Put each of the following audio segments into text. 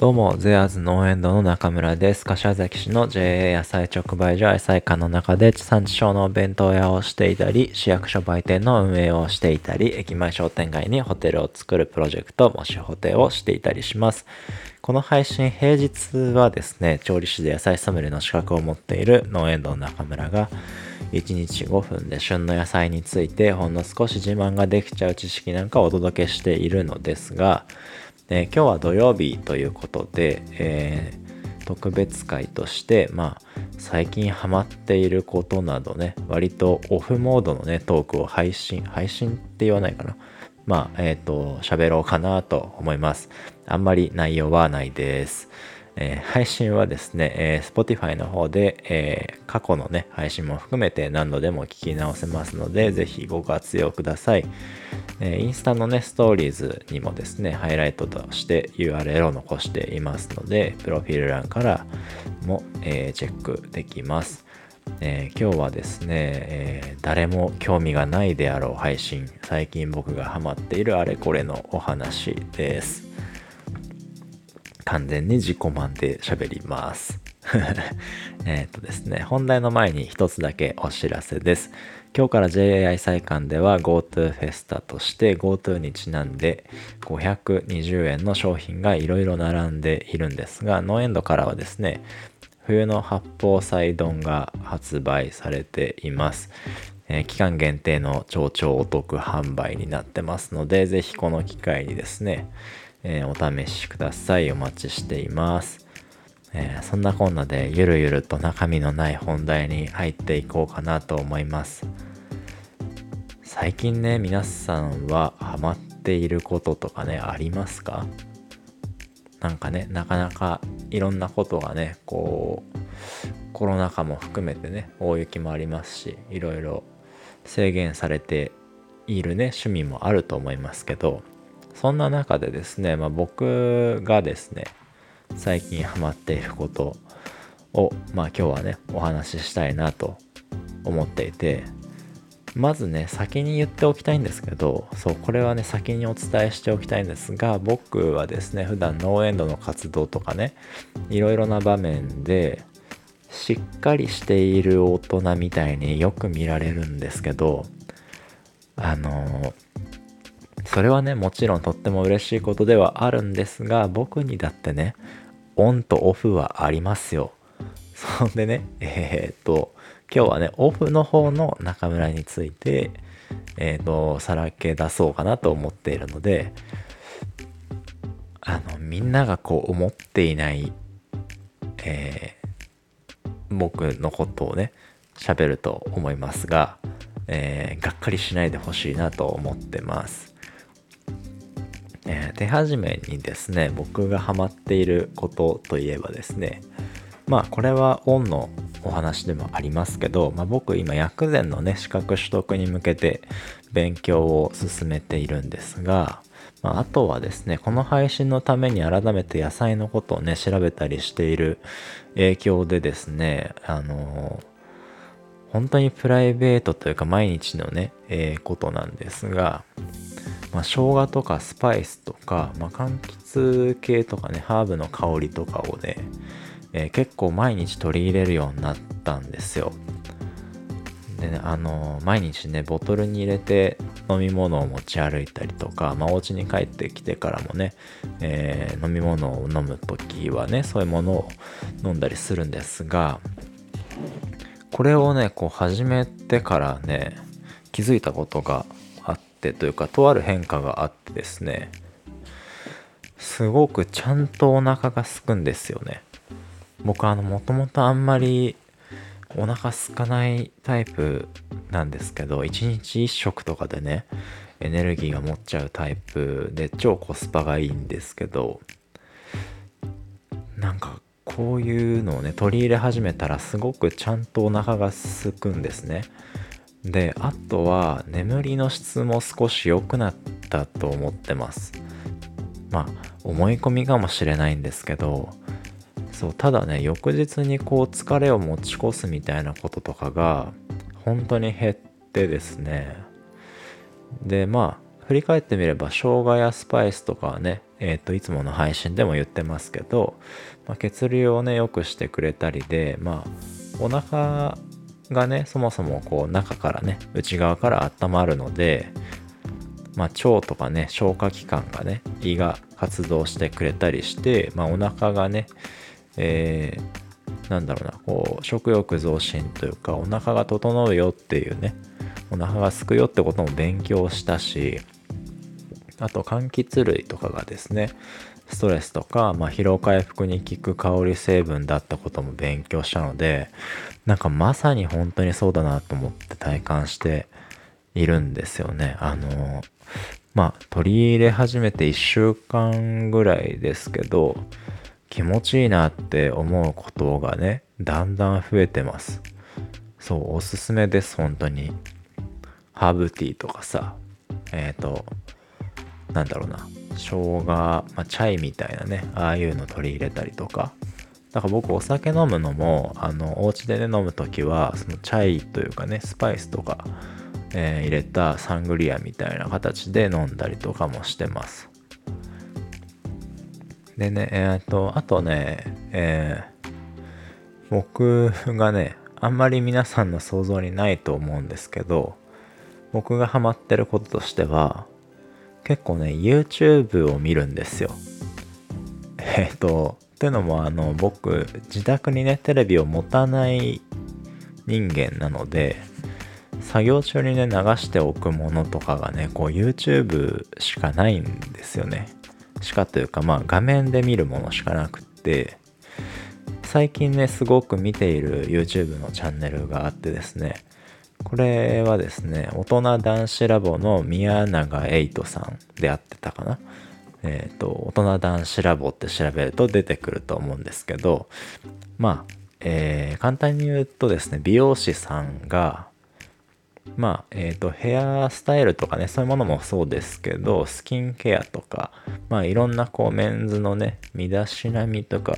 どうも、ゼアーズ農園堂の中村です。柏崎市の JA 野菜直売所野菜館の中で地産地消のお弁当屋をしていたり、市役所売店の運営をしていたり、駅前商店街にホテルを作るプロジェクト、もしホテをしていたりします。この配信、平日はですね、調理師で野菜ソムリエの資格を持っている農園堂の中村が、1日5分で旬の野菜についてほんの少し自慢ができちゃう知識なんかをお届けしているのですが、今日は土曜日ということで、特別会として、最近ハマっていることなどね、割とオフモードのね、トークを配信って言わないかな。喋ろうかなと思います。あんまり内容はないです。配信はですね、Spotify の方で、過去のね、配信も含めて何度でも聞き直せますので、ぜひご活用ください。インスタのね、ストーリーズにもですね、ハイライトとして URL を残していますので、プロフィール欄からも、チェックできます。今日はですね、誰も興味がないであろう配信、最近僕がハマっているあれこれのお話です。完全に自己満で喋ります。ですね、本題の前に一つだけお知らせです。今日から JA 野菜館では GoTo フェスタとして GoTo にちなんで520円の商品がいろいろ並んでいるんですが、農園度からはですね、冬の八宝菜丼が発売されています。期間限定の超お得販売になってますので、ぜひこの機会にですね、お試しください。お待ちしています。そんなこんなでゆるゆると中身のない本題に入っていこうかなと思います。最近ね、皆さんはハマっていることとかね、ありますか？なんかね、なかなかいろんなことがね、こうコロナ禍も含めてね、大雪もありますし、いろいろ制限されているね、趣味もあると思いますけど、そんな中でですね、僕がですね、最近ハマっていることを、今日はね、お話ししたいなと思っていて、まずね、先に言っておきたいんですけど、これはね、先にお伝えしておきたいんですが、僕はですね、普段農園度の活動とかね、いろいろな場面で、しっかりしている大人みたいによく見られるんですけど、それはね、もちろんとっても嬉しいことではあるんですが、僕にだってね、オンとオフはありますよ。そんでね、今日はね、オフの方の中村について、さらけ出そうかなと思っているので、みんながこう思っていない、僕のことをね、喋ると思いますが、がっかりしないでほしいなと思ってます。手始めにですね、僕がハマっていることといえばですね、これはオンのお話でもありますけど、僕今薬膳のね資格取得に向けて勉強を進めているんですが、あとはですね、この配信のために改めて野菜のことをね調べたりしている影響でですね、本当にプライベートというか毎日のね、ことなんですが、生姜とかスパイスとか、柑橘系とかね、ハーブの香りとかをね、結構毎日取り入れるようになったんですよ。でね、毎日ね、ボトルに入れて飲み物を持ち歩いたりとか、お家に帰ってきてからもね、飲み物を飲むときはね、そういうものを飲んだりするんですが、これをね、こう始めてからね、気づいたことがあってというか、とある変化があってですね、すごくちゃんとお腹が空くんですよね。僕もともとあんまりお腹空かないタイプなんですけど、一日一食とかでね、エネルギーが持っちゃうタイプで超コスパがいいんですけど、なんかこういうのをね取り入れ始めたらすごくちゃんとお腹が空くんですね。で、あとは眠りの質も少し良くなったと思ってます。思い込みかもしれないんですけど、ただね、翌日にこう疲れを持ち越すみたいなこととかが本当に減ってですね。で、振り返ってみれば生姜やスパイスとかはね、 いつもの配信でも言ってますけど、血流をね良くしてくれたりで、お腹がねそもそもこう中からね内側から温まるので、腸とかね消化器官がね胃が活動してくれたりして、お腹がね、こう食欲増進というかお腹が整うよっていうね、お腹が空くよってことも勉強したし、あと柑橘類とかがですねストレスとか、疲労回復に効く香り成分だったことも勉強したので、まさに本当にそうだなと思って体感しているんですよね。取り入れ始めて1週間ぐらいですけど、気持ちいいなって思うことがねだんだん増えてます。そう、おすすめです。本当にハーブティーとかさ、生姜、チャイみたいなね、ああいうの取り入れたりとか。だから僕お酒飲むのもお家でね飲むときはそのチャイというかねスパイスとか、入れたサングリアみたいな形で飲んだりとかもしてます。でねあとね、僕がねあんまり皆さんの想像にないと思うんですけど、僕がハマってることとしては結構ね YouTube を見るんですよ。っていうのも僕自宅にねテレビを持たない人間なので、作業中にね流しておくものとかがねこう YouTube しかないんですよね。しかというか画面で見るものしかなくって、最近ねすごく見ている YouTube のチャンネルがあってですね、これはですね大人男子ラボの宮永エイトさんであってたかな。大人男子ラボって調べると出てくると思うんですけど、簡単に言うとですね、美容師さんがヘアスタイルとかねそういうものもそうですけど、スキンケアとかいろんなこうメンズのね身だしなみとか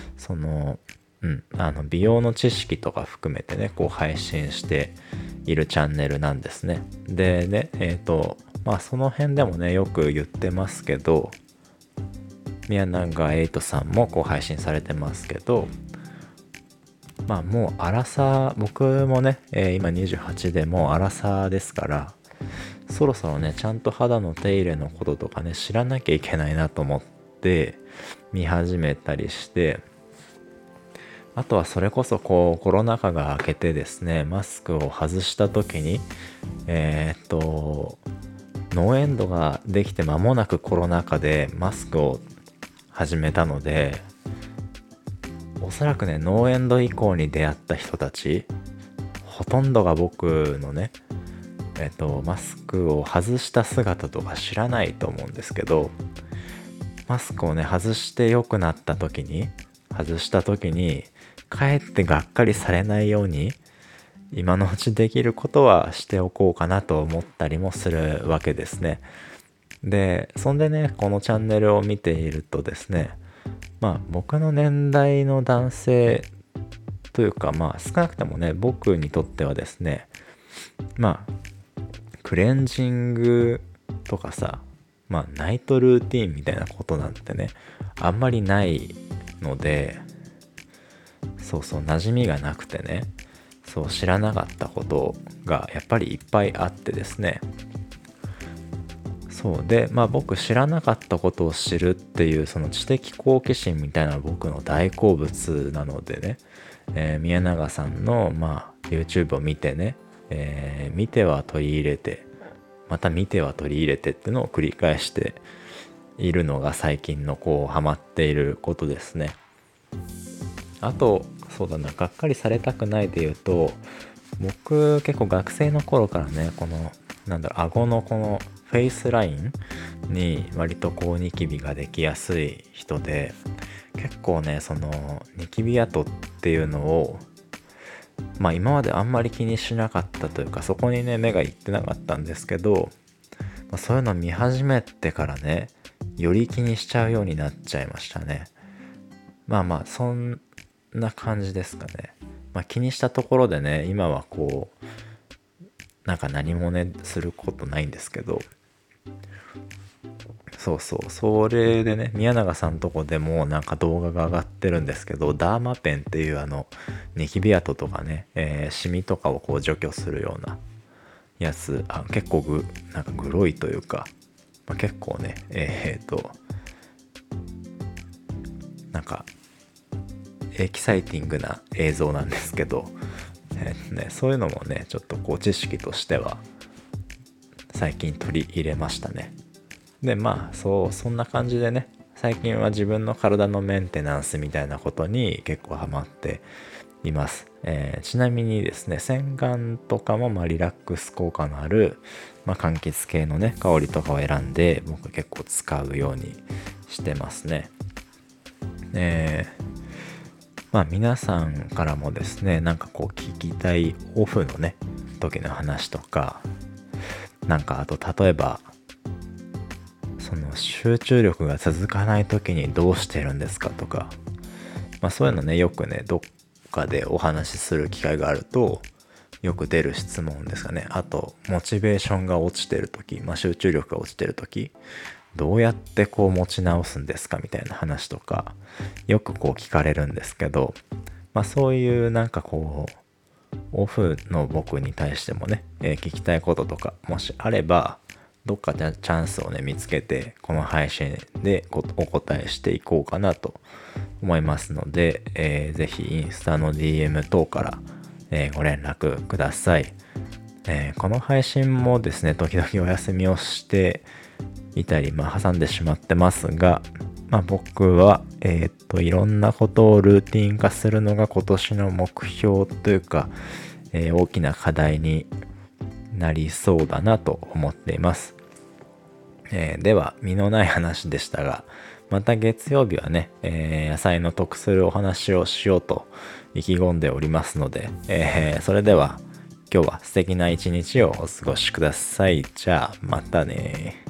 美容の知識とか含めてねこう配信しているチャンネルなんですね。でねその辺でもねよく言ってますけど、宮永エイトさんもこう配信されてますけど、もうアラサー、僕もね、今28でもうアラサーですから、そろそろねちゃんと肌の手入れのこととかね知らなきゃいけないなと思って見始めたりして、あとはそれこそこうコロナ禍が明けてですねマスクを外した時にノーエンドができて間もなくコロナ禍でマスクを始めたので、おそらくねノーエンド以降に出会った人たちほとんどが僕のねマスクを外した姿とか知らないと思うんですけど、マスクをね外して良くなった時にかえってがっかりされないように今のうちできることはしておこうかなと思ったりもするわけですね。でそんでねこのチャンネルを見ているとですね、僕の年代の男性というか少なくともね僕にとってはですねクレンジングとかさナイトルーティンみたいなことなんてねあんまりないので、馴染みがなくてね知らなかったことがやっぱりいっぱいあってですね、で僕知らなかったことを知るっていうその知的好奇心みたいな僕の大好物なのでね、宮永さんのYouTube を見てね、見ては取り入れてまた見ては取り入れてっていうのを繰り返しているのが最近のこうハマっていることですね。あとがっかりされたくないで言うと、僕結構学生の頃からねこの顎のこのフェイスラインに割とこうニキビができやすい人で、結構ねそのニキビ跡っていうのを今まであんまり気にしなかったというか、そこにね目がいってなかったんですけど、そういうの見始めてからねより気にしちゃうようになっちゃいましたね。そんな感じですかね。気にしたところでね今はこう何もねすることないんですけど、 そうそう。それでね、宮永さんとこでもなんか動画が上がってるんですけど、ダーマペンっていうニキビ跡とかね、シミとかをこう除去するようなやつ、結構なんかグロいというか、結構ね、なんか、エキサイティングな映像なんですけど、そういうのもね、ちょっとこう知識としては最近取り入れましたね。でそんな感じでね、最近は自分の体のメンテナンスみたいなことに結構ハマっています。ちなみにですね、洗顔とかもリラックス効果のある、柑橘系のね香りとかを選んで僕結構使うようにしてますね。皆さんからもですね、なんかこう聞きたいオフのね時の話とか、なんかあと例えばその集中力が続かない時にどうしてるんですかとか、そういうのねよくねどっかでお話しする機会があるとよく出る質問ですかね。あとモチベーションが落ちてる時、集中力が落ちてる時どうやってこう持ち直すんですかみたいな話とかよくこう聞かれるんですけど、そういうなんかこうオフの僕に対してもね、聞きたいこととかもしあればどっかでチャンスをね見つけてこの配信でお答えしていこうかなと思いますので、ぜひインスタの DM 等から、ご連絡ください。この配信もですね時々お休みをしていたり、挟んでしまってますが、僕は、いろんなことをルーティン化するのが今年の目標というか、大きな課題になりそうだなと思っています。では、身のない話でしたが、また月曜日はね、野菜の得するお話をしようと意気込んでおりますので、それでは今日は素敵な一日をお過ごしください。じゃあ、またね。